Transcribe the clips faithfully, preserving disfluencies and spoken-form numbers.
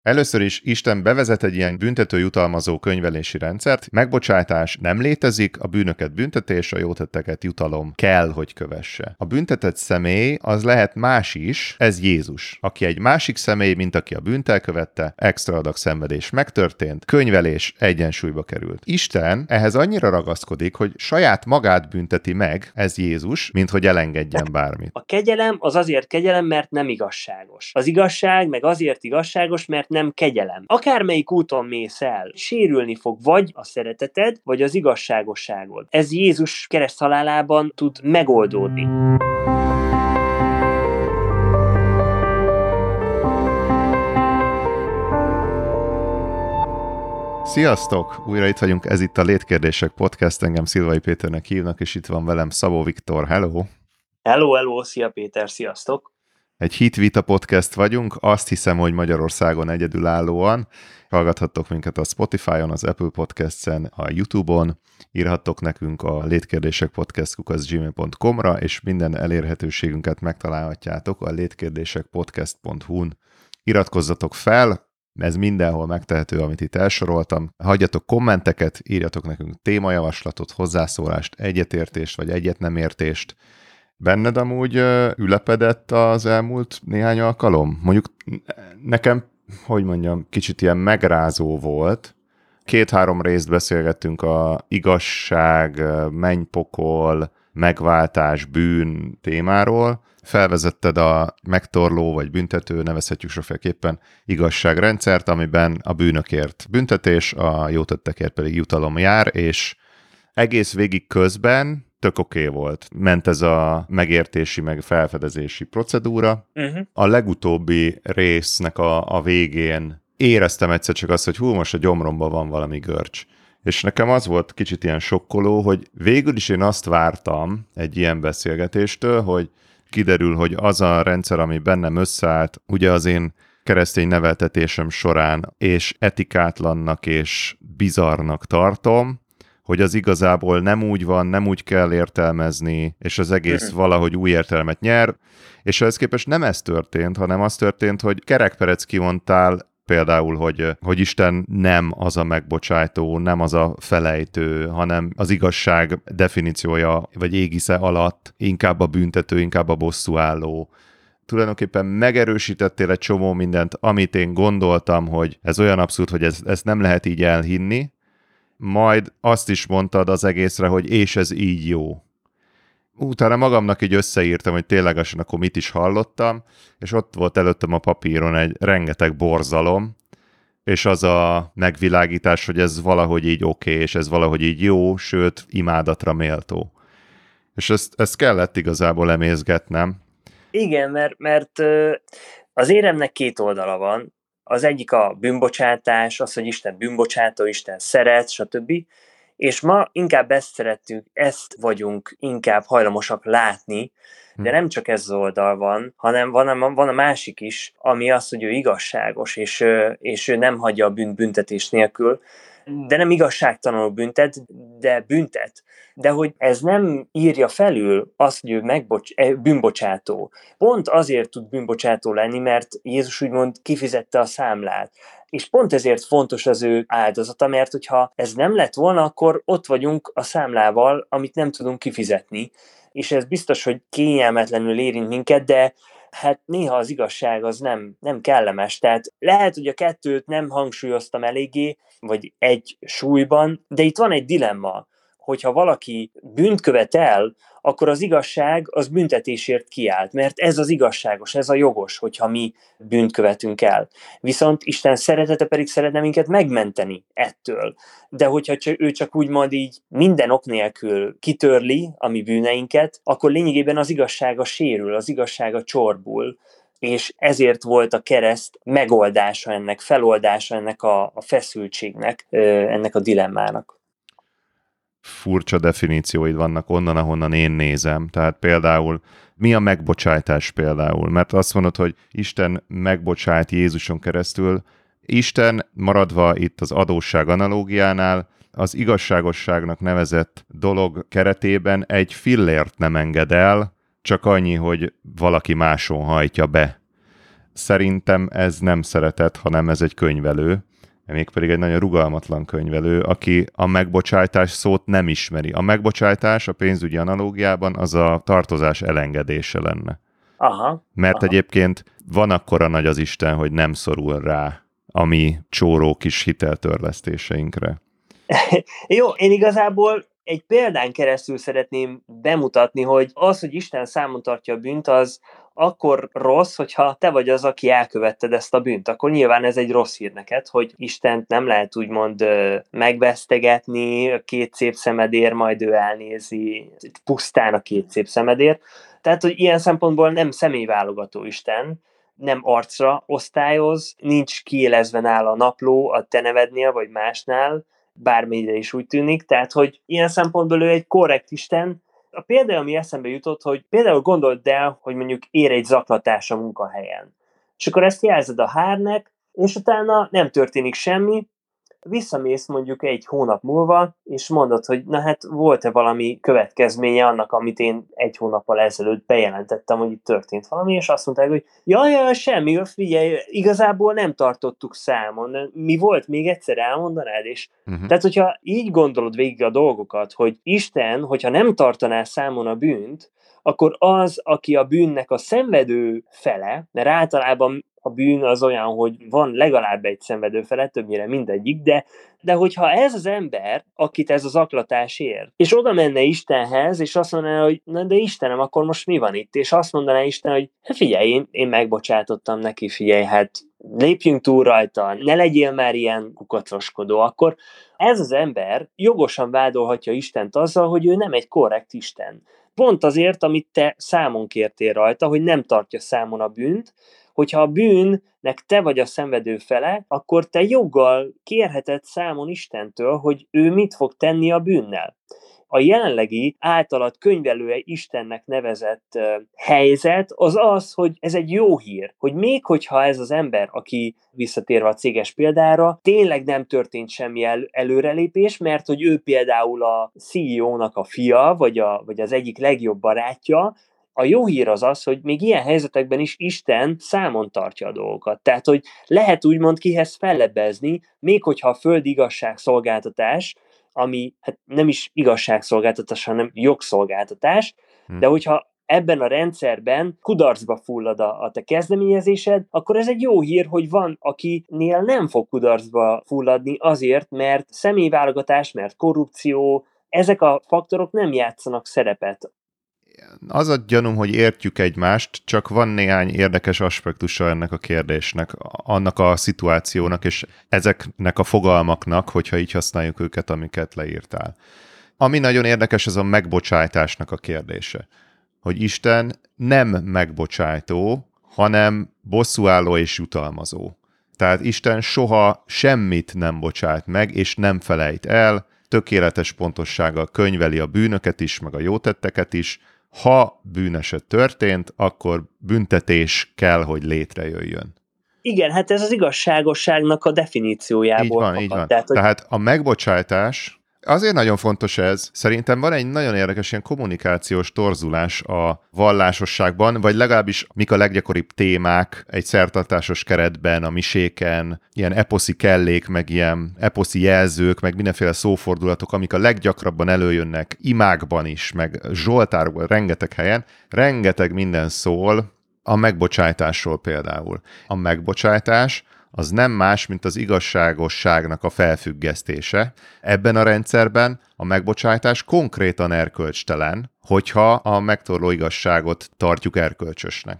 Először is Isten bevezet egy ilyen büntető-jutalmazó könyvelési rendszert, megbocsátás nem létezik, a bűnöket büntetés, a jótetteket jutalom kell, hogy kövesse. A büntetett személy az lehet más is, ez Jézus, aki egy másik személy, mint aki a bűnt elkövette, extra adag szenvedés megtörtént, könyvelés egyensúlyba került. Isten ehhez annyira ragaszkodik, hogy saját magát bünteti meg, ez Jézus, mint hogy elengedjen bármit. A kegyelem az azért kegyelem, mert nem igazságos. Az igazság meg azért igazságos, mert nem kegyelem. Akármelyik úton mész el, sérülni fog vagy a szereteted, vagy az igazságosságod. Ez Jézus kereszthalálában tud megoldódni. Sziasztok! Újra itt vagyunk, ez itt a Létkérdések Podcast, engem Szilvai Péternek hívnak, és itt van velem Szabó Viktor. Hello! Hello, hello! Szia Péter, sziasztok! Egy hit-vita podcast vagyunk, azt hiszem, hogy Magyarországon egyedülállóan. Hallgathattok minket a Spotify-on, az Apple Podcasts-en, a YouTube-on, írhattok nekünk a létkérdések podcast kukac gmail pont com-ra, és minden elérhetőségünket megtalálhatjátok a létkérdések podcast pont hu-n. Iratkozzatok fel, ez mindenhol megtehető, amit itt elsoroltam. Hagyjatok kommenteket, írjatok nekünk témajavaslatot, hozzászólást, egyetértést vagy egyet nem értést. Benned amúgy ülepedett az elmúlt néhány alkalom? Mondjuk nekem, hogy mondjam, kicsit ilyen megrázó volt. Két-három részt beszélgettünk a igazság, mennypokol, megváltás, bűn témáról. Felvezetted a megtorló vagy büntető, nevezhetjük sokféleképpen, igazságrendszert, amiben a bűnökért büntetés, a jótettekért pedig jutalom jár, és egész végig közben tök oké okay volt. Ment ez a megértési, meg felfedezési procedúra. Uh-huh. A legutóbbi résznek a, a végén éreztem egyszer csak azt, hogy hú, most a gyomromban van valami görcs. És nekem az volt kicsit ilyen sokkoló, hogy végül is én azt vártam egy ilyen beszélgetéstől, hogy kiderül, hogy az a rendszer, ami bennem összeállt, ugye az én keresztény neveltetésem során, és etikátlannak és bizarrnak tartom, hogy az igazából nem úgy van, nem úgy kell értelmezni, és az egész uh-huh. valahogy új értelmet nyer, és ehhez képest nem ez történt, hanem az történt, hogy kerekperec kimondtál, például, hogy, hogy Isten nem az a megbocsájtó, nem az a felejtő, hanem az igazság definíciója, vagy égisze alatt inkább a büntető, inkább a bosszúálló. Tulajdonképpen megerősítettél egy csomó mindent, amit én gondoltam, hogy ez olyan abszurd, hogy ez, ezt nem lehet így elhinni, majd azt is mondtad az egészre, hogy és ez így jó. Utána magamnak így összeírtam, hogy ténylegesen akkor mit is hallottam, és ott volt előttem a papíron egy rengeteg borzalom, és az a megvilágítás, hogy ez valahogy így oké, és ez valahogy így jó, sőt, imádatra méltó. És ezt, ezt kellett igazából emészgetnem. Igen, mert, mert az éremnek két oldala van. Az egyik a bűnbocsátás, az, hogy Isten bűnbocsátó, Isten szeret, stb. És ma inkább ezt szerettük, ezt vagyunk inkább hajlamosak látni, de nem csak ez az oldal van, hanem van a, van a másik is, ami az, hogy ő igazságos, és, és ő nem hagyja a bűnt büntetés nélkül, de nem igazságtalanul büntet, de büntet. De hogy ez nem írja felül azt, hogy ő megbocs- bűnbocsátó. Pont azért tud bűnbocsátó lenni, mert Jézus úgymond kifizette a számlát. És pont ezért fontos az ő áldozata, mert hogyha ez nem lett volna, akkor ott vagyunk a számlával, amit nem tudunk kifizetni. És ez biztos, hogy kényelmetlenül érint minket, de hát néha az igazság az nem, nem kellemes. Tehát lehet, hogy a kettőt nem hangsúlyoztam eléggé, vagy egy súlyban, de itt van egy dilemma, hogyha valaki bűnt követ el, akkor az igazság az büntetésért kiállt, mert ez az igazságos, ez a jogos, hogyha mi bűnt követünk el. Viszont Isten szeretete pedig szeretne minket megmenteni ettől. De hogyha ő csak úgymond így minden ok nélkül kitörli a mi bűneinket, akkor lényegében az igazsága sérül, az igazsága csorbul. És ezért volt a kereszt megoldása ennek, feloldása ennek a, a feszültségnek, ennek a dilemmának. Furcsa definícióid vannak onnan, ahonnan én nézem. Tehát például mi a megbocsátás például? Mert azt mondod, hogy Isten megbocsájt Jézuson keresztül. Isten, maradva itt az adósság analógiánál, az igazságosságnak nevezett dolog keretében egy fillért nem enged el, csak annyi, hogy valaki máson hajtja be. Szerintem ez nem szeretet, hanem ez egy könyvelő, mégpedig egy nagyon rugalmatlan könyvelő, aki a megbocsátás szót nem ismeri. A megbocsátás a pénzügyi analógiában az a tartozás elengedése lenne. Aha. Mert aha. egyébként van akkora nagy az Isten, hogy nem szorul rá a mi csóró kis hiteltörlesztéseinkre. Jó, én igazából egy példán keresztül szeretném bemutatni, hogy az, hogy Isten számon tartja a bűnt, az akkor rossz, hogyha te vagy az, aki elkövetted ezt a bűnt. Akkor nyilván ez egy rossz hír neked, hogy Istent nem lehet úgymond megvesztegetni, a két szép szemedér, majd ő elnézi pusztán a két szép szemedér. Tehát, hogy ilyen szempontból nem személyválogató Isten, nem arcra osztályoz, nincs kiélezve nála a napló a te nevednél, vagy másnál, bármelyre is úgy tűnik, tehát, hogy ilyen szempontból ő egy korrekt Isten. A példa, ami eszembe jutott, hogy például gondold el, hogy mondjuk ér egy zaklatás a munkahelyen. És akkor ezt jelzed a hárnek, és utána nem történik semmi, visszamész mondjuk egy hónap múlva, és mondod, hogy na hát volt-e valami következménye annak, amit én egy hónappal ezelőtt bejelentettem, hogy itt történt valami, és azt mondták, hogy jaj, jaj, semmi, figyelj, igazából nem tartottuk számon. Mi volt, még egyszer elmondanád? És uh-huh. Tehát, hogyha így gondolod végig a dolgokat, hogy Isten, hogyha nem tartaná számon a bűnt, akkor az, aki a bűnnek a szenvedő fele, mert általában a bűn az olyan, hogy van legalább egy szenvedő fele, többnyire mindegyik, de, de hogyha ez az ember, akit ez az zaklatás ér, és oda menne Istenhez, és azt mondaná, hogy na de Istenem, akkor most mi van itt? És azt mondaná Isten, hogy hát figyelj, én, én megbocsátottam neki, figyelj, hát lépjünk túl rajta, ne legyél már ilyen kukacoskodó, akkor ez az ember jogosan vádolhatja Istent azzal, hogy ő nem egy korrekt Isten. Pont azért, amit te számon kértél rajta, hogy nem tartja számon a bűnt, hogyha a bűnnek te vagy a szenvedő fele, akkor te joggal kérheted számon Istentől, hogy ő mit fog tenni a bűnnel. A jelenlegi általad könyvelője Istennek nevezett uh, helyzet az az, hogy ez egy jó hír, hogy még hogyha ez az ember, aki visszatérve a céges példára, tényleg nem történt semmi el- előrelépés, mert hogy ő például a cé e ó-nak a fia, vagy, a, vagy az egyik legjobb barátja, a jó hír az az, hogy még ilyen helyzetekben is Isten számon tartja a dolgokat. Tehát, hogy lehet úgymond kihez fellebbezni, még hogyha a földi igazságszolgáltatás, ami hát nem is igazságszolgáltatás, hanem jogszolgáltatás, hm. de hogyha ebben a rendszerben kudarcba fullad a, a te kezdeményezésed, akkor ez egy jó hír, hogy van, akinél nem fog kudarcba fulladni azért, mert személyválogatás, mert korrupció, ezek a faktorok nem játszanak szerepet. Az a gyanúm, hogy értjük egymást, csak van néhány érdekes aspektusa ennek a kérdésnek, annak a szituációnak, és ezeknek a fogalmaknak, hogyha így használjuk őket, amiket leírtál. Ami nagyon érdekes, ez a megbocsátásnak a kérdése. Hogy Isten nem megbocsájtó, hanem bosszúálló és jutalmazó. Tehát Isten soha semmit nem bocsát meg, és nem felejt el, tökéletes pontossággal könyveli a bűnöket is, meg a jótetteket is. Ha bűneset történt, akkor büntetés kell, hogy létrejöjjön. Igen, hát ez az igazságosságnak a definíciójából. Így van, fakad. így van. Tehát, hogy... Tehát a megbocsátás, azért nagyon fontos ez, szerintem van egy nagyon érdekes ilyen kommunikációs torzulás a vallásosságban, vagy legalábbis mik a leggyakoribb témák egy szertartásos keretben, a miséken, ilyen eposzi kellék, meg ilyen eposzi jelzők, meg mindenféle szófordulatok, amik a leggyakrabban előjönnek imákban is, meg zsoltárokban, rengeteg helyen, rengeteg minden szól a megbocsátásról például. A megbocsátás az nem más, mint az igazságosságnak a felfüggesztése. Ebben a rendszerben a megbocsátás konkrétan erkölcstelen, hogyha a megtorló igazságot tartjuk erkölcsösnek.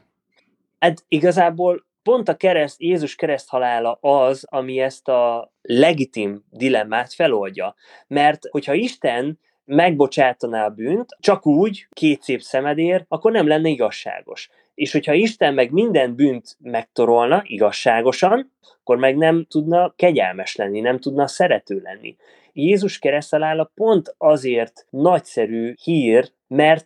Hát igazából pont a kereszt, Jézus kereszthalála az, ami ezt a legitim dilemmát feloldja. Mert hogyha Isten megbocsátaná a bűnt, csak úgy, két szép szemedér, akkor nem lenne igazságos. És hogyha Isten meg minden bűnt megtorolna igazságosan, akkor meg nem tudna kegyelmes lenni, nem tudna szerető lenni. Jézus kereszthalála pont azért nagyszerű hír, mert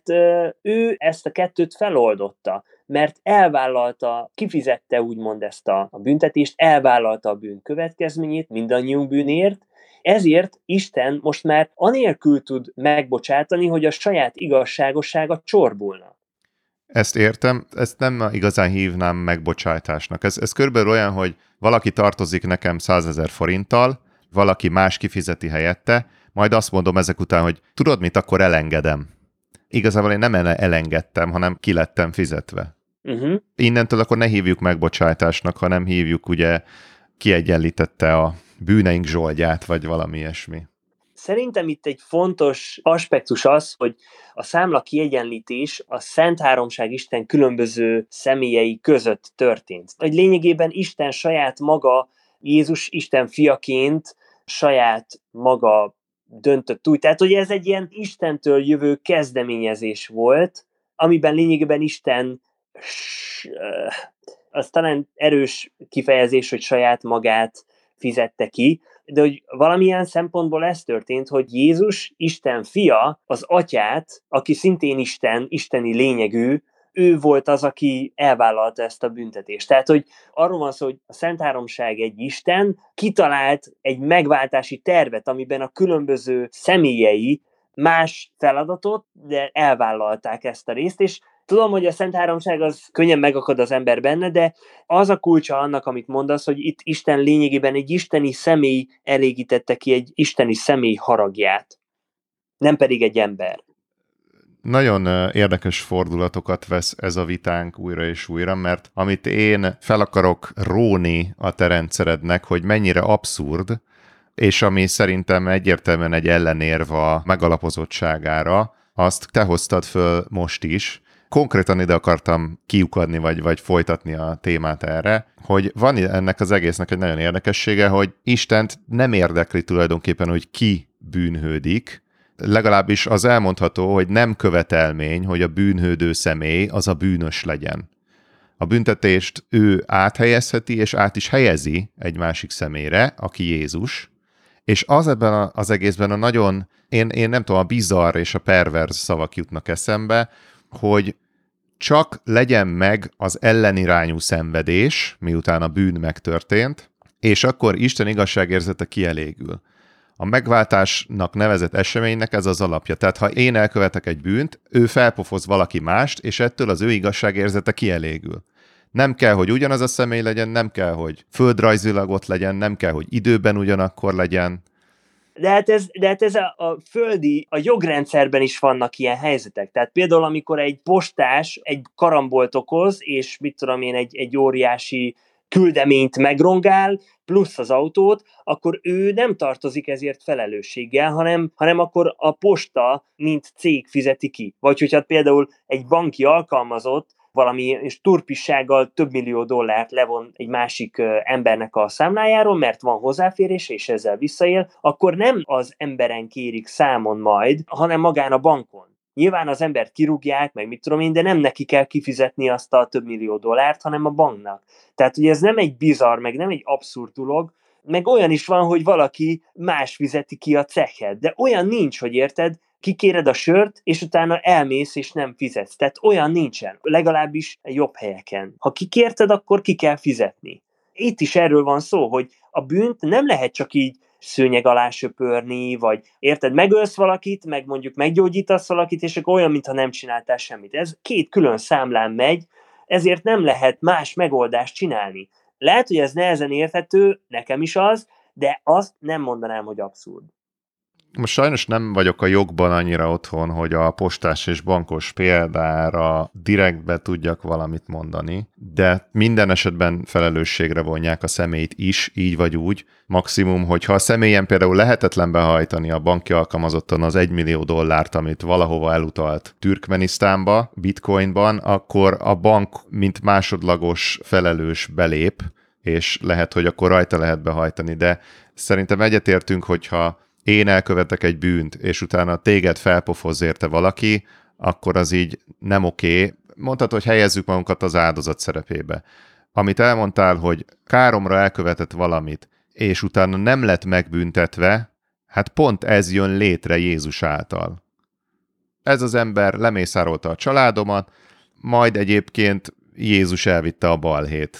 ő ezt a kettőt feloldotta, mert elvállalta, kifizette úgymond ezt a, a büntetést, elvállalta a bűn következményét mindannyiunk bűnért, ezért Isten most már anélkül tud megbocsátani, hogy a saját igazságossága csorbulna. Ezt értem, ezt nem igazán hívnám megbocsátásnak. Ez, ez körülbelül olyan, hogy valaki tartozik nekem százezer forinttal, valaki más kifizeti helyette, majd azt mondom ezek után, hogy tudod mit, akkor elengedem. Igazából én nem elengedtem, hanem ki lettem fizetve. Uh-huh. Innentől akkor ne hívjuk megbocsátásnak, hanem hívjuk ugye kiegyenlítette a bűneink zsoldját, vagy valami ilyesmi. Szerintem itt egy fontos aspektus az, hogy a számla kiegyenlítés a Szent Háromság Isten különböző személyei között történt. Hogy lényegében Isten saját maga, Jézus Isten fiaként saját maga döntött úgy. Tehát, hogy ez egy ilyen Istentől jövő kezdeményezés volt, amiben lényegében Isten, az talán erős kifejezés, hogy saját magát fizette ki, de hogy valamilyen szempontból ez történt, hogy Jézus, Isten fia, az atyát, aki szintén Isten, isteni lényegű, ő volt az, aki elvállalta ezt a büntetést. Tehát, hogy arról van szó, hogy a Szent Háromság egy Isten kitalált egy megváltási tervet, amiben a különböző személyei más feladatot, de elvállalták ezt a részt, és tudom, hogy a Szent Háromság az könnyen megakad az ember benne, de az a kulcsa annak, amit mondasz, hogy itt Isten lényegében egy isteni személy elégítette ki egy isteni személy haragját, nem pedig egy ember. Nagyon érdekes fordulatokat vesz ez a vitánk újra és újra, mert amit én fel akarok róni a te rendszerednek, hogy mennyire abszurd, és ami szerintem egyértelműen egy ellenérv a megalapozottságára, azt te hoztad föl most is. Konkrétan ide akartam kiukadni, vagy, vagy folytatni a témát erre, hogy van ennek az egésznek egy nagyon érdekessége, hogy Istent nem érdekli tulajdonképpen, hogy ki bűnhődik, legalábbis az elmondható, hogy nem követelmény, hogy a bűnhődő személy az a bűnös legyen. A büntetést ő áthelyezheti, és át is helyezi egy másik személyre, aki Jézus, és az ebben az egészben a nagyon, én, én nem tudom, a bizarr és a perverz szavak jutnak eszembe, hogy csak legyen meg az ellenirányú szenvedés, miután a bűn megtörtént, és akkor Isten igazságérzete kielégül. A megváltásnak nevezett eseménynek ez az alapja. Tehát ha én elkövetek egy bűnt, ő felpofoz valaki mást, és ettől az ő igazságérzete kielégül. Nem kell, hogy ugyanaz a személy legyen, nem kell, hogy földrajzilag ott legyen, nem kell, hogy időben ugyanakkor legyen. De hát ez, de hát ez a, a földi, a jogrendszerben is vannak ilyen helyzetek. Tehát például, amikor egy postás egy karambolt okoz, és mit tudom én, egy, egy óriási küldeményt megrongál, plusz az autót, akkor ő nem tartozik ezért felelősséggel, hanem, hanem akkor a posta, mint cég fizeti ki. Vagy hogyha például egy banki alkalmazott valami és turpissággal több millió dollárt levon egy másik embernek a számlájáról, mert van hozzáférése, és ezzel visszaél, akkor nem az emberen kérik számon majd, hanem magán a bankon. Nyilván az embert kirúgják, meg mit tudom én, de nem neki kell kifizetni azt a több millió dollárt, hanem a banknak. Tehát ugye ez nem egy bizarr, meg nem egy abszurd dolog, meg olyan is van, hogy valaki más fizeti ki a cechet, de olyan nincs, hogy érted, kikéred a sört, és utána elmész, és nem fizetsz. Tehát olyan nincsen, legalábbis jobb helyeken. Ha kikérted, akkor ki kell fizetni. Itt is erről van szó, hogy a bűnt nem lehet csak így szőnyeg alá söpörni, vagy érted, megölsz valakit, meg mondjuk meggyógyítasz valakit, és akkor olyan, mintha nem csináltál semmit. Ez két külön számlán megy, ezért nem lehet más megoldást csinálni. Lehet, hogy ez nehezen érthető, nekem is az, de azt nem mondanám, hogy abszurd. Most sajnos nem vagyok a jogban annyira otthon, hogy a postás és bankos példára direktbe tudjak valamit mondani, de minden esetben felelősségre vonják a személyt is, így vagy úgy. Maximum, hogyha a személyen például lehetetlen behajtani a banki alkalmazottan az egymillió dollárt, amit valahova elutalt Türkmenisztánba, bitcoinban, akkor a bank, mint másodlagos felelős belép, és lehet, hogy akkor rajta lehet behajtani, de szerintem egyetértünk, hogyha én elkövetek egy bűnt, és utána téged felpofoz érte valaki, akkor az így nem oké. Mondhatod, hogy helyezzük magunkat az áldozat szerepébe. Amit elmondtál, hogy káromra elkövetett valamit, és utána nem lett megbüntetve, hát pont ez jön létre Jézus által. Ez az ember lemészárolta a családomat, majd egyébként Jézus elvitte a balhét.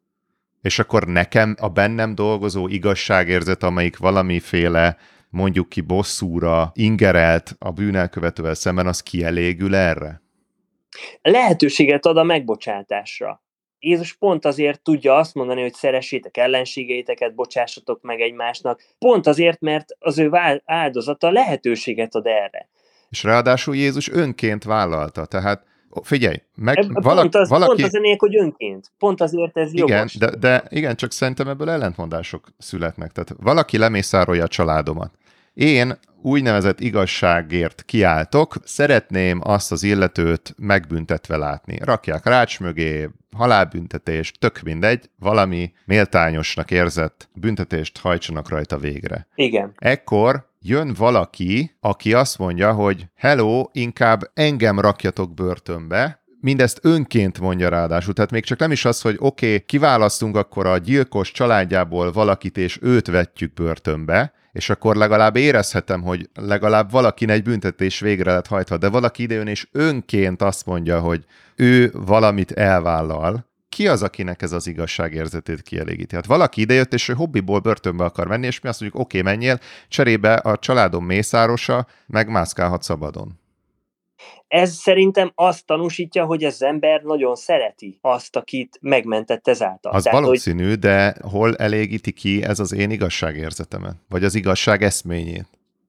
És akkor nekem a bennem dolgozó igazságérzet, amelyik valamiféle mondjuk ki bosszúra ingerelt a bűnelkövetővel szemben, az kielégül erre? Lehetőséget ad a megbocsátásra. Jézus pont azért tudja azt mondani, hogy szeressétek ellenségeiteket, bocsássatok meg egymásnak, pont azért, mert az ő áldozata lehetőséget ad erre. És ráadásul Jézus önként vállalta, tehát figyelj, meg valaki, pont, az, valaki... pont az ennél, hogy önként. Pont azért ez igen, jogos. De, de igen, csak szerintem ebből ellentmondások születnek. Tehát valaki lemészárolja a családomat. Én úgynevezett igazságért kiáltok, szeretném azt az illetőt megbüntetve látni. Rakják rács mögé, halálbüntetést, tök mindegy, valami méltányosnak érzett büntetést hajtsanak rajta végre. Igen. Ekkor jön valaki, aki azt mondja, hogy hello, inkább engem rakjatok börtönbe, mindezt önként mondja ráadásul, tehát még csak nem is az, hogy oké, okay, kiválasztunk akkor a gyilkos családjából valakit, és őt vetjük börtönbe, és akkor legalább érezhetem, hogy legalább valakin egy büntetés végre lett hajtva, de valaki idejön, és önként azt mondja, hogy ő valamit elvállal. Ki az, akinek ez az igazságérzetét kielégíti? Hát valaki idejött, és ő hobbiból börtönbe akar menni, és mi azt mondjuk, oké, okay, menjél, cserébe a családom mészárosa megmászkálhat szabadon. Ez szerintem azt tanúsítja, hogy az ember nagyon szereti azt, akit megmentett ezáltal. Az Tehát, valószínű, hogy... de hol elégíti ki ez az én igazságérzetemet? Vagy az igazság eszményét?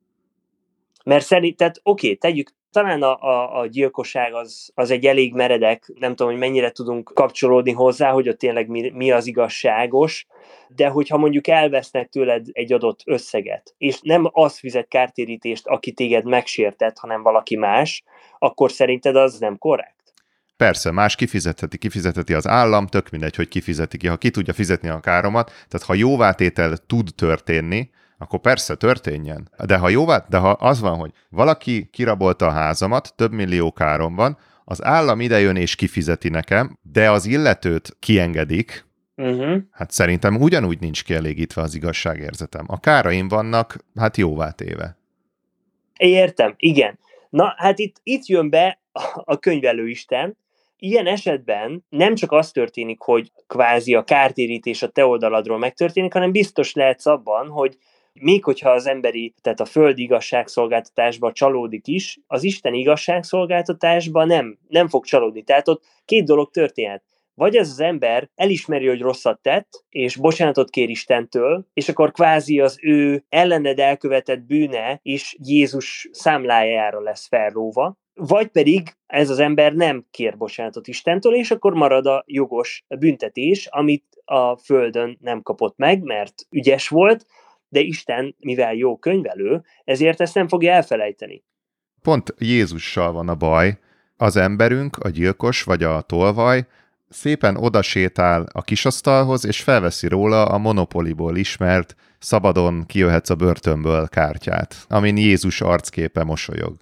Mert szerint, tehát oké, okay, tegyük, talán a, a, a gyilkosság az, az egy elég meredek, nem tudom, hogy mennyire tudunk kapcsolódni hozzá, hogy ott tényleg mi, mi az igazságos, de hogyha mondjuk elvesznek tőled egy adott összeget, és nem az fizet kártérítést, aki téged megsértett, hanem valaki más, akkor szerinted az nem korrekt? Persze, más kifizetheti, kifizetheti az állam, tök mindegy, hogy kifizeti ki, ha ki tudja fizetni a káromat, tehát ha jóvátétel tud történni, akkor persze történjen. De ha jóvá, de ha az van, hogy valaki kirabolta a házamat, több millió károm van, az állam idejön és kifizeti nekem, de az illetőt kiengedik, uh-huh. hát szerintem ugyanúgy nincs kielégítve az igazságérzetem. A káraim vannak, hát jóvátéve. Értem, igen. Na, hát itt, itt jön be a könyvelőisten. Ilyen esetben nem csak az történik, hogy kvázi a kártérítés a te oldaladról megtörténik, hanem biztos lehetsz abban, hogy még hogyha az emberi, tehát a földi igazságszolgáltatásban csalódik is, az Isten igazságszolgáltatásban nem, nem fog csalódni. Tehát ott két dolog történhet. Vagy ez az ember elismeri, hogy rosszat tett, és bocsánatot kér Istentől, és akkor kvázi az ő ellened elkövetett bűne is Jézus számlájára lesz felróva, vagy pedig ez az ember nem kér bocsánatot Istentől, és akkor marad a jogos büntetés, amit a földön nem kapott meg, mert ügyes volt, de Isten, mivel jó könyvelő, ezért ezt nem fogja elfelejteni. Pont Jézussal van a baj. Az emberünk, a gyilkos vagy a tolvaj szépen odasétál a kisasztalhoz, és felveszi róla a Monopolyból ismert szabadon kijöhetsz a börtönből kártyát, amin Jézus arcképe mosolyog.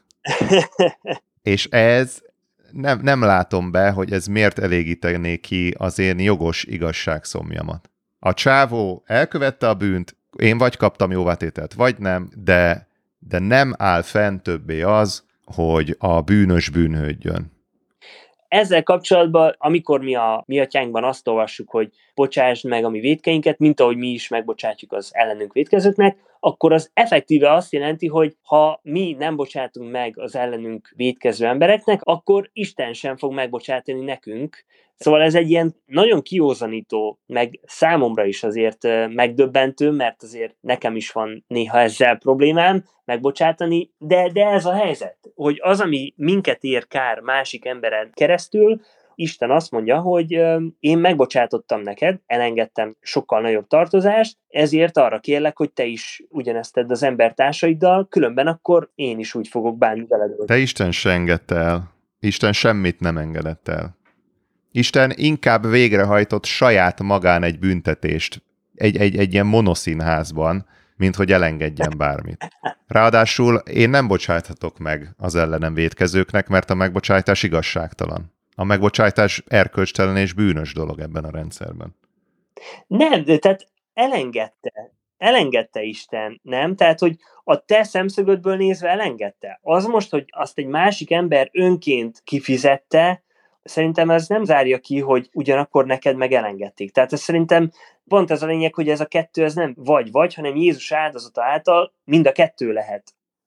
És ez nem, nem látom be, hogy ez miért elégítené ki az én jogos igazságszomjamat. A csávó elkövette a bűnt, én vagy kaptam jóvátételt, vagy nem, de, de nem áll fenn többé az, hogy a bűnös bűnhődjön. Ezzel kapcsolatban, amikor mi a mi atyánkban azt olvassuk, hogy bocsásd meg a mi vétkeinket, mint ahogy mi is megbocsátjuk az ellenünk vétkezőknek, akkor az effektíve azt jelenti, hogy ha mi nem bocsátunk meg az ellenünk vétkező embereknek, akkor Isten sem fog megbocsátani nekünk. Szóval ez egy ilyen nagyon kiózanító, meg számomra is azért megdöbbentő, mert azért nekem is van néha ezzel problémám megbocsátani, de, de ez a helyzet, hogy az, ami minket ér kár másik emberen keresztül, Isten azt mondja, hogy én megbocsátottam neked, elengedtem sokkal nagyobb tartozást, ezért arra kérlek, hogy te is ugyanezt tedd az embertársaiddal, különben akkor én is úgy fogok bánni veled. Te Isten se engedte el. Isten semmit nem engedett el. Isten inkább végrehajtott saját magán egy büntetést, egy, egy, egy ilyen monoszínházban, mint hogy elengedjen bármit. Ráadásul én nem bocsáthatok meg az ellenem vétkezőknek, mert a megbocsátás igazságtalan. A megbocsátás erkölcstelen és bűnös dolog ebben a rendszerben. Nem, de tehát elengedte. Elengedte Isten, nem? Tehát, hogy a te szemszögödből nézve elengedte. Az most, hogy azt egy másik ember önként kifizette, szerintem ez nem zárja ki, hogy ugyanakkor neked meg elengedték. Tehát ez szerintem pont ez a lényeg, hogy ez a kettő ez nem vagy-vagy, hanem Jézus áldozata által mind a kettő lehet.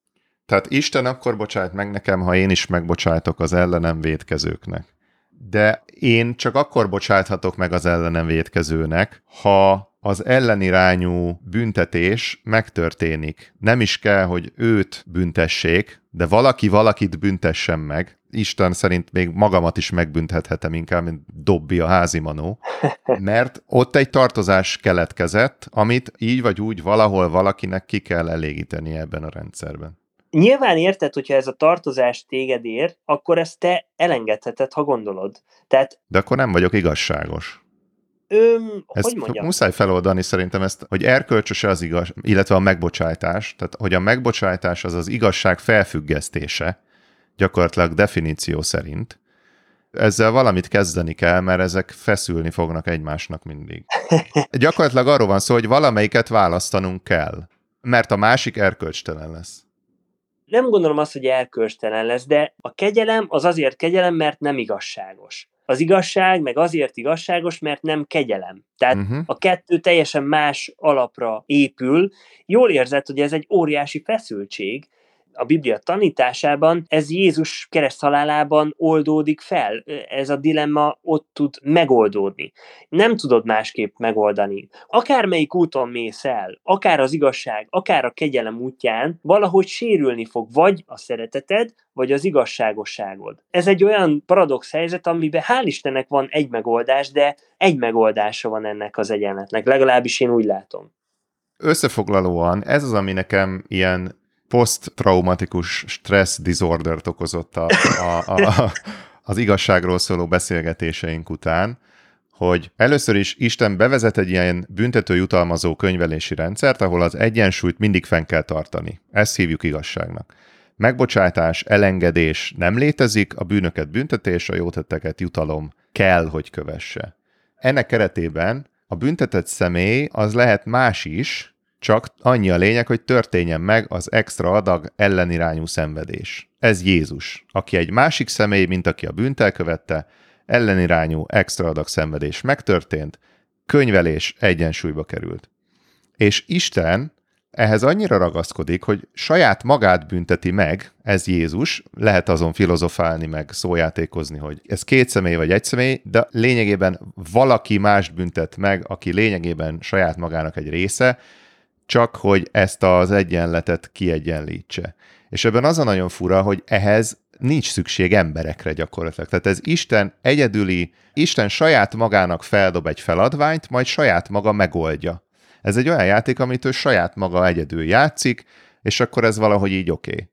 Tehát Isten akkor bocsájt meg nekem, ha én is megbocsájtok az ellenem vétkezőknek. De én csak akkor bocsáthatok meg az ellenem vétkezőnek, ha az ellenirányú büntetés megtörténik. Nem is kell, hogy őt büntessék, de valaki valakit büntessen meg. Isten szerint még magamat is megbüntethetem inkább, mint Dobby a házimanó. Mert ott egy tartozás keletkezett, amit így vagy úgy valahol valakinek ki kell elégíteni ebben a rendszerben. Nyilván érted, hogyha ez a tartozás téged ér, akkor ezt te elengedheted, ha gondolod. Tehát, de akkor nem vagyok igazságos. Öm, ezt hogy mondjam? Muszáj feloldani szerintem ezt, hogy erkölcsös az igaz, illetve a megbocsátás, tehát hogy a megbocsátás az az igazság felfüggesztése, gyakorlatilag definíció szerint. Ezzel valamit kezdeni kell, mert ezek feszülni fognak egymásnak mindig. Gyakorlatilag arról van szó, hogy valamelyiket választanunk kell, mert a másik erkölcstelen lesz. Nem gondolom azt, hogy erkölcstelen lesz, de a kegyelem az azért kegyelem, mert nem igazságos. Az igazság meg azért igazságos, mert nem kegyelem. Tehát uh-huh. a kettő teljesen más alapra épül. Jól érzed, hogy ez egy óriási feszültség. A Biblia tanításában ez Jézus kereszthalálában oldódik fel. Ez a dilemma ott tud megoldódni. Nem tudod másképp megoldani. Akármelyik úton mész el, akár az igazság, akár a kegyelem útján, valahogy sérülni fog vagy a szereteted, vagy az igazságosságod. Ez egy olyan paradox helyzet, amiben hál' Istennek van egy megoldás, de egy megoldása van ennek az egyenletnek. Legalábbis én úgy látom. Összefoglalóan ez az, ami nekem ilyen poszttraumatikus stressz disordert okozott a, a, a, az igazságról szóló beszélgetéseink után, hogy először is Isten bevezet egy ilyen büntető-jutalmazó könyvelési rendszert, ahol az egyensúlyt mindig fenn kell tartani. Ezt hívjuk igazságnak. Megbocsátás, elengedés nem létezik, a bűnöket büntetés, a jótetteket jutalom kell, hogy kövesse. Ennek keretében a büntetett személy az lehet más is, csak annyi a lényeg, hogy történjen meg az extra adag ellenirányú szenvedés. Ez Jézus, aki egy másik személy, mint aki a bűnt elkövette, ellenirányú extra adag szenvedés megtörtént, könyvelés egyensúlyba került. És Isten ehhez annyira ragaszkodik, hogy saját magát bünteti meg, ez Jézus, lehet azon filozofálni, meg szójátékozni, hogy ez két személy vagy egy személy, de lényegében valaki mást büntet meg, aki lényegében saját magának egy része, csak hogy ezt az egyenletet kiegyenlítse. És ebben az a nagyon fura, hogy ehhez nincs szükség emberekre gyakorlatilag. Tehát ez Isten egyedüli, Isten saját magának feldob egy feladványt, majd saját maga megoldja. Ez egy olyan játék, amit ő saját maga egyedül játszik, és akkor ez valahogy így oké. Okay.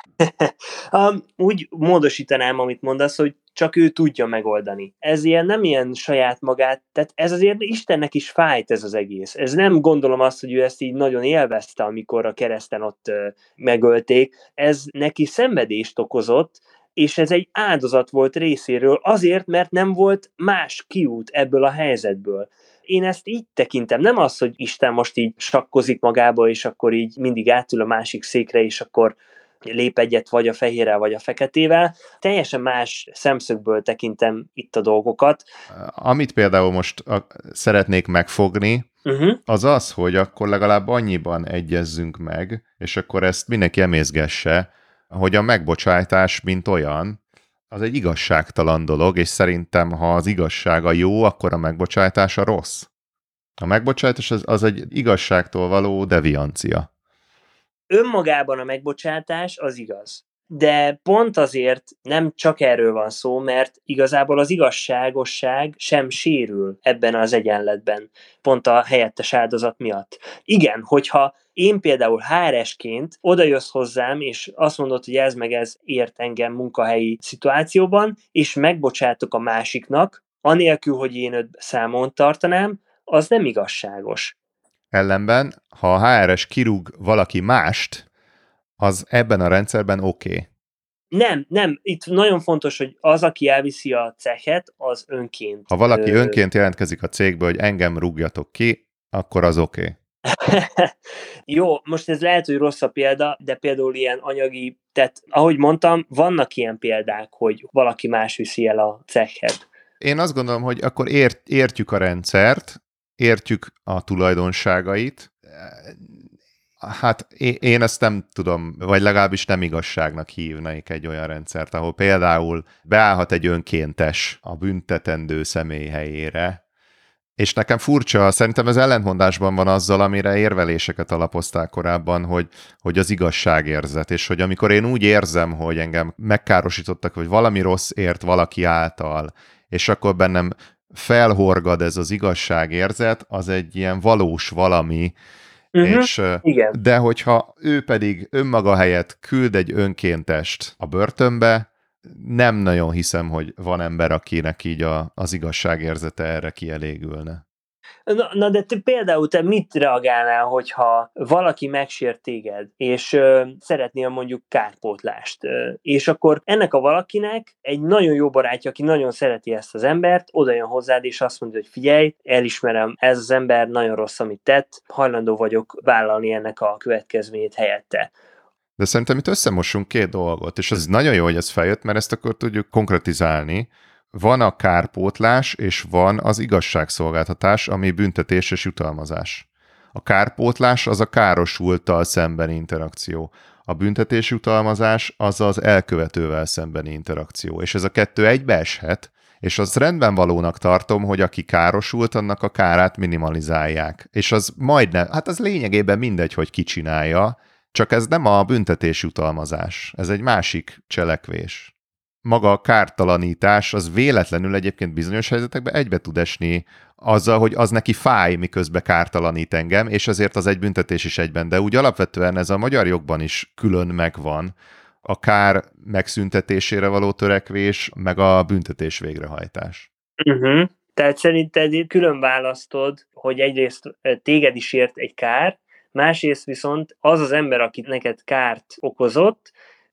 um, úgy módosítanám, amit mondasz, hogy csak ő tudja megoldani. Ez ilyen nem ilyen saját magát, tehát ez azért Istennek is fájt ez az egész. Ez nem gondolom azt, hogy ő ezt így nagyon élvezte, amikor a kereszten ott uh, megölték. Ez neki szenvedést okozott, és ez egy áldozat volt részéről azért, mert nem volt más kiút ebből a helyzetből. Én ezt így tekintem, nem az, hogy Isten most így sakkozik magába, és akkor így mindig átül a másik székre, és akkor lép egyet vagy a fehérrel, vagy a feketével. Teljesen más szemszögből tekintem itt a dolgokat. Amit például most a, szeretnék megfogni, uh-huh. az az, hogy akkor legalább annyiban egyezzünk meg, és akkor ezt mindenki emészgesse, hogy a megbocsátás, mint olyan, az egy igazságtalan dolog, és szerintem, ha az igazsága jó, akkor a megbocsátása rossz. A megbocsátás az, az egy igazságtól való deviancia. Önmagában a megbocsátás az igaz. De pont azért nem csak erről van szó, mert igazából az igazságosság sem sérül ebben az egyenletben, pont a helyettes áldozat miatt. Igen, hogyha én például há er esként odajössz hozzám, és azt mondod, hogy ez meg ez ért engem munkahelyi szituációban, és megbocsátok a másiknak, anélkül, hogy én őt számon tartanám, az nem igazságos. Ellenben, ha a há er es kirúg valaki mást, az ebben a rendszerben oké. Okay. Nem, nem. Itt nagyon fontos, hogy az, aki elviszi a cechet, az önként. Ha valaki ö... önként jelentkezik a cégbe, hogy engem rúgjatok ki, akkor az oké. Okay. Jó, most ez lehet, hogy rossz a példa, de például ilyen anyagi, tehát ahogy mondtam, vannak ilyen példák, hogy valaki más viszi el a cechet. Én azt gondolom, hogy akkor ért, értjük a rendszert, értjük a tulajdonságait. Hát én ezt nem tudom, vagy legalábbis nem igazságnak hívnék egy olyan rendszert, ahol például beállhat egy önkéntes a büntetendő személy helyére, és nekem furcsa, szerintem ez ellentmondásban van azzal, amire érveléseket alapozták korábban, hogy, hogy az igazságérzet, és hogy amikor én úgy érzem, hogy engem megkárosítottak, hogy valami rossz ért valaki által, és akkor bennem felhorgad ez az igazságérzet, az egy ilyen valós valami, uh-huh. és, Igen. de hogyha ő pedig önmaga helyett küld egy önkéntest a börtönbe, nem nagyon hiszem, hogy van ember, akinek így a, az igazságérzete erre kielégülne. Na, na de te például te mit reagálnál, hogyha valaki megsért téged, és ö, szeretnél mondjuk kárpótlást, ö, és akkor ennek a valakinek egy nagyon jó barátja, aki nagyon szereti ezt az embert, oda jön hozzád, és azt mondja, hogy figyelj, elismerem, ez az ember nagyon rossz, amit tett, hajlandó vagyok vállalni ennek a következményét helyette. De szerintem itt összemossunk két dolgot, és ez nagyon jó, hogy ez feljött, mert ezt akkor tudjuk konkretizálni. Van a kárpótlás, és van az igazságszolgáltatás, ami büntetés és jutalmazás. A kárpótlás az a károsulttal szembeni interakció. A büntetés jutalmazás az az elkövetővel szembeni interakció. És ez a kettő egybeeshet, és az rendben valónak tartom, hogy aki károsult, annak a kárát minimalizálják. És az majdnem, hát az lényegében mindegy, hogy ki csinálja, csak ez nem a büntetés jutalmazás. Ez egy másik cselekvés. Maga a kártalanítás az véletlenül egyébként bizonyos helyzetekben egybe tud esni azzal, hogy az neki fáj, miközben kártalanít engem, és ezért az egy büntetés is egyben. De úgy alapvetően ez a magyar jogban is külön megvan. A kár megszüntetésére való törekvés, meg a büntetés végrehajtás. Uh-huh. Tehát szerinted külön választod, hogy egyrészt téged is ért egy kár, másrészt viszont az az ember, aki neked kárt okozott,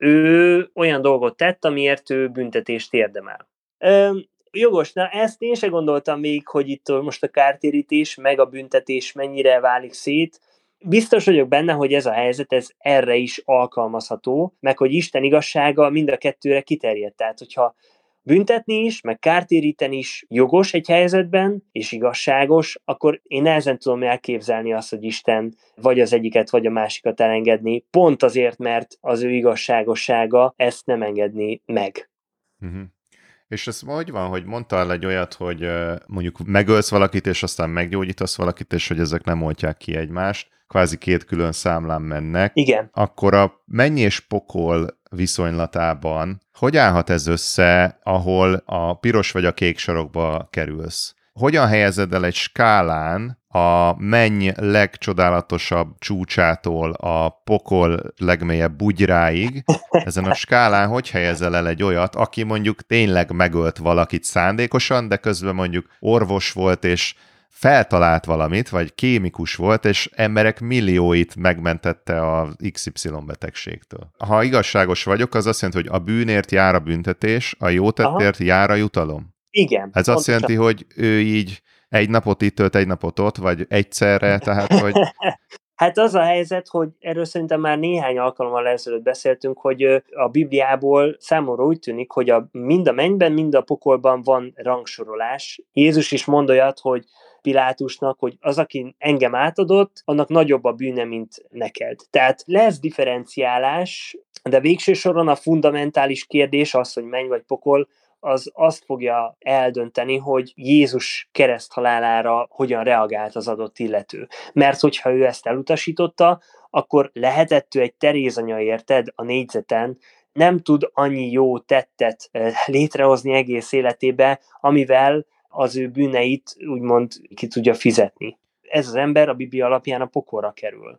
ő olyan dolgot tett, amiért ő büntetést érdemel. Ö, jogos, na ezt én se gondoltam még, hogy itt most a kártérítés, meg a büntetés mennyire válik szét. Biztos vagyok benne, hogy ez a helyzet, ez erre is alkalmazható, meg hogy Isten igazsága mind a kettőre kiterjed. Tehát, hogyha büntetni is, meg kártéríteni is jogos egy helyzetben, és igazságos, akkor én nehezen tudom elképzelni azt, hogy Isten vagy az egyiket, vagy a másikat elengedni, pont azért, mert az ő igazságossága ezt nem engedni meg. Uh-huh. És ez hogy van, hogy mondtál egy olyat, hogy mondjuk megölsz valakit, és aztán meggyógyítasz valakit, és hogy ezek nem oltják ki egymást, kvázi két külön számlán mennek. Igen. Akkor a menny és pokol viszonylatában hogy állhat ez össze, ahol a piros vagy a kék sarokba kerülsz? Hogyan helyezed el egy skálán a menny legcsodálatosabb csúcsától a pokol legmélyebb bugyráig, ezen a skálán hogy helyezel el egy olyat, aki mondjuk tényleg megölt valakit szándékosan, de közben mondjuk orvos volt, és feltalált valamit, vagy kémikus volt, és emberek millióit megmentette az iksz ipszilon betegségtől. Ha igazságos vagyok, az azt jelenti, hogy a bűnért jár a büntetés, a jó tettért jár a jutalom. Igen. Ez azt jelenti, hogy ő így egy napot itt tölt, egy napot ott, vagy egyszerre, tehát hogy... Hát az a helyzet, hogy erről szerintem már néhány alkalommal ezelőtt beszéltünk, hogy a Bibliából számomra úgy tűnik, hogy a, mind a mennyben, mind a pokolban van rangsorolás. Jézus is mond olyat, hogy Pilátusnak, hogy az, aki engem átadott, annak nagyobb a bűne, mint neked. Tehát lesz differenciálás, de végső soron a fundamentális kérdés az, hogy menny vagy pokol, az azt fogja eldönteni, hogy Jézus kereszthalálára hogyan reagált az adott illető. Mert hogyha ő ezt elutasította, akkor lehetett ő egy Terézanya, érted, a négyzeten, nem tud annyi jó tettet létrehozni egész életébe, amivel az ő bűneit úgymond ki tudja fizetni. Ez az ember a Biblia alapján a pokolra kerül.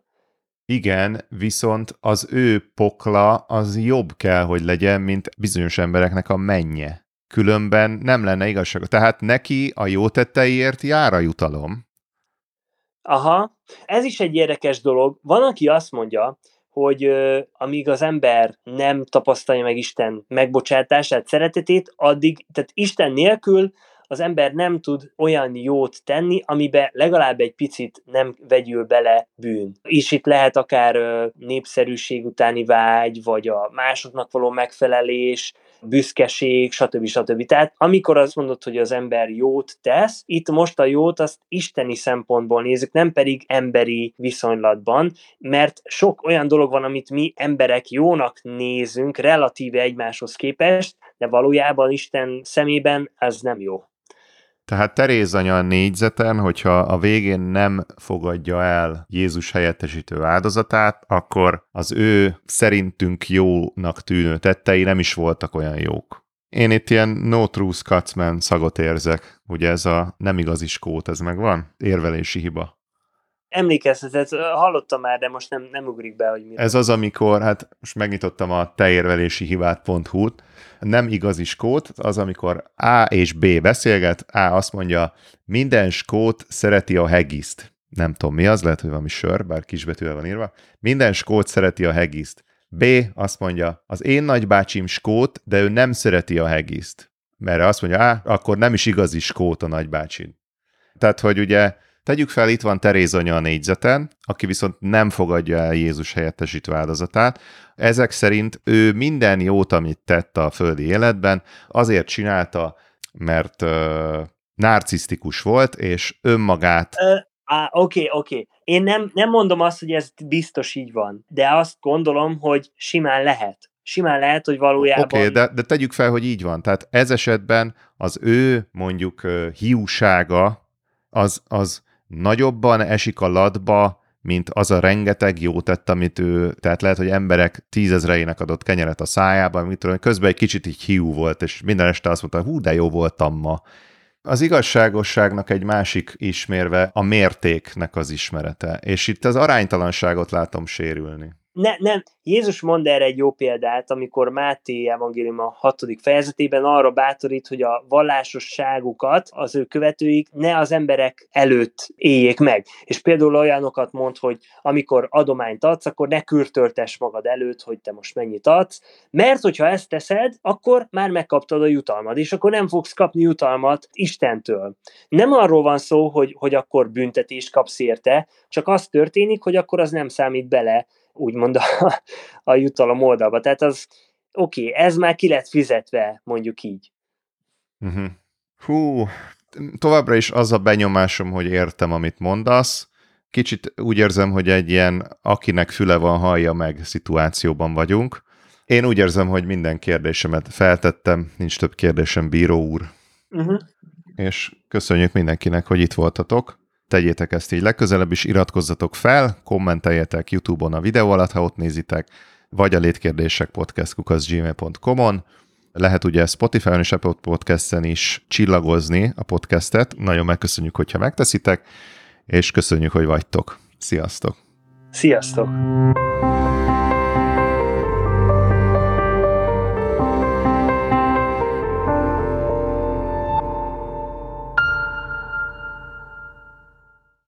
Igen, viszont az ő pokla az jobb kell, hogy legyen, mint bizonyos embereknek a mennye. Különben nem lenne igazság. Tehát neki a jó tetteiért jár a jutalom. Aha, ez is egy érdekes dolog. Van, aki azt mondja, hogy uh, amíg az ember nem tapasztalja meg Isten megbocsátását, szeretetét, addig, tehát Isten nélkül az ember nem tud olyan jót tenni, amiben legalább egy picit nem vegyül bele bűn. És itt lehet akár uh, népszerűség utáni vágy, vagy a másoknak való megfelelés, büszkeség, stb. stb. Tehát amikor azt mondod, hogy az ember jót tesz, itt most a jót azt isteni szempontból nézzük, nem pedig emberi viszonylatban, mert sok olyan dolog van, amit mi emberek jónak nézünk relatíve egymáshoz képest, de valójában Isten szemében ez nem jó. Tehát Teréz anya négyzeten, hogyha a végén nem fogadja el Jézus helyettesítő áldozatát, akkor az ő szerintünk jónak tűnő tettei nem is voltak olyan jók. Én itt ilyen no truth Scotsman szagot érzek. Ugye ez a nem igazi skót, ez megvan? Érvelési hiba. Emlékeztetett, hallottam már, de most nem, nem ugrik be, hogy mi. Ez az, amikor, hát most megnyitottam a teérvelési hibát pont hu-t, nem igazi skót, az, amikor A és B beszélget, A azt mondja, minden skót szereti a heggiszt. Nem tudom mi az, lehet, hogy valami sör, bár kisbetűvel van írva. Minden skót szereti a heggiszt. B azt mondja, az én nagybácsim skót, de ő nem szereti a heggiszt. Mert azt mondja, á, akkor nem is igazi skót a nagybácsid. Tehát, hogy ugye tegyük fel, itt van Teréz anya a négyzeten, aki viszont nem fogadja el Jézus helyettesítő áldozatát. Ezek szerint ő minden jót, amit tett a földi életben, azért csinálta, mert uh, narcisztikus volt, és önmagát... Uh, ah, oké, okay, oké. Okay. Én nem, nem mondom azt, hogy ez biztos így van, de azt gondolom, hogy simán lehet. Simán lehet, hogy valójában... Oké, okay, de, de tegyük fel, hogy így van. Tehát ez esetben az ő mondjuk uh, hiúsága az, az nagyobban esik a latba, mint az a rengeteg jó tett, amit ő, tehát lehet, hogy emberek tízezreinek adott kenyeret a szájában, mit tudom, közben egy kicsit így hiú volt, és minden este azt mondta, hú, de jó voltam ma. Az igazságosságnak egy másik ismérve a mértéknek az ismerete, és itt az aránytalanságot látom sérülni. Ne, nem, Jézus mond erre egy jó példát, amikor Máté evangélium a hatodik fejezetében arra bátorít, hogy a vallásosságukat az ő követőik ne az emberek előtt éljék meg. És például olyanokat mond, hogy amikor adományt adsz, akkor ne kürtöltess magad előtt, hogy te most mennyit adsz, mert hogyha ezt teszed, akkor már megkaptad a jutalmad, és akkor nem fogsz kapni jutalmat Istentől. Nem arról van szó, hogy, hogy akkor büntetést kapsz érte, csak az történik, hogy akkor az nem számít bele, úgymond a, a jutalom oldalba. Tehát az, oké, okay, ez már ki lett fizetve, mondjuk így. Uh-huh. Hú, továbbra is az a benyomásom, hogy értem, amit mondasz. Kicsit úgy érzem, hogy egy ilyen akinek füle van, hallja meg szituációban vagyunk. Én úgy érzem, hogy minden kérdésemet feltettem, nincs több kérdésem, bíró úr. Uh-huh. És köszönjük mindenkinek, hogy itt voltatok. Tegyétek ezt így legközelebb is, iratkozzatok fel, kommenteljetek YouTube-on a videó alatt, ha ott nézitek, vagy a létkérdések podcast kukac gmail pont com-on. Lehet ugye Spotify-on és Apple Podcast-en is csillagozni a podcastet. Nagyon megköszönjük, hogyha megteszitek, és köszönjük, hogy vagytok. Sziasztok! Sziasztok!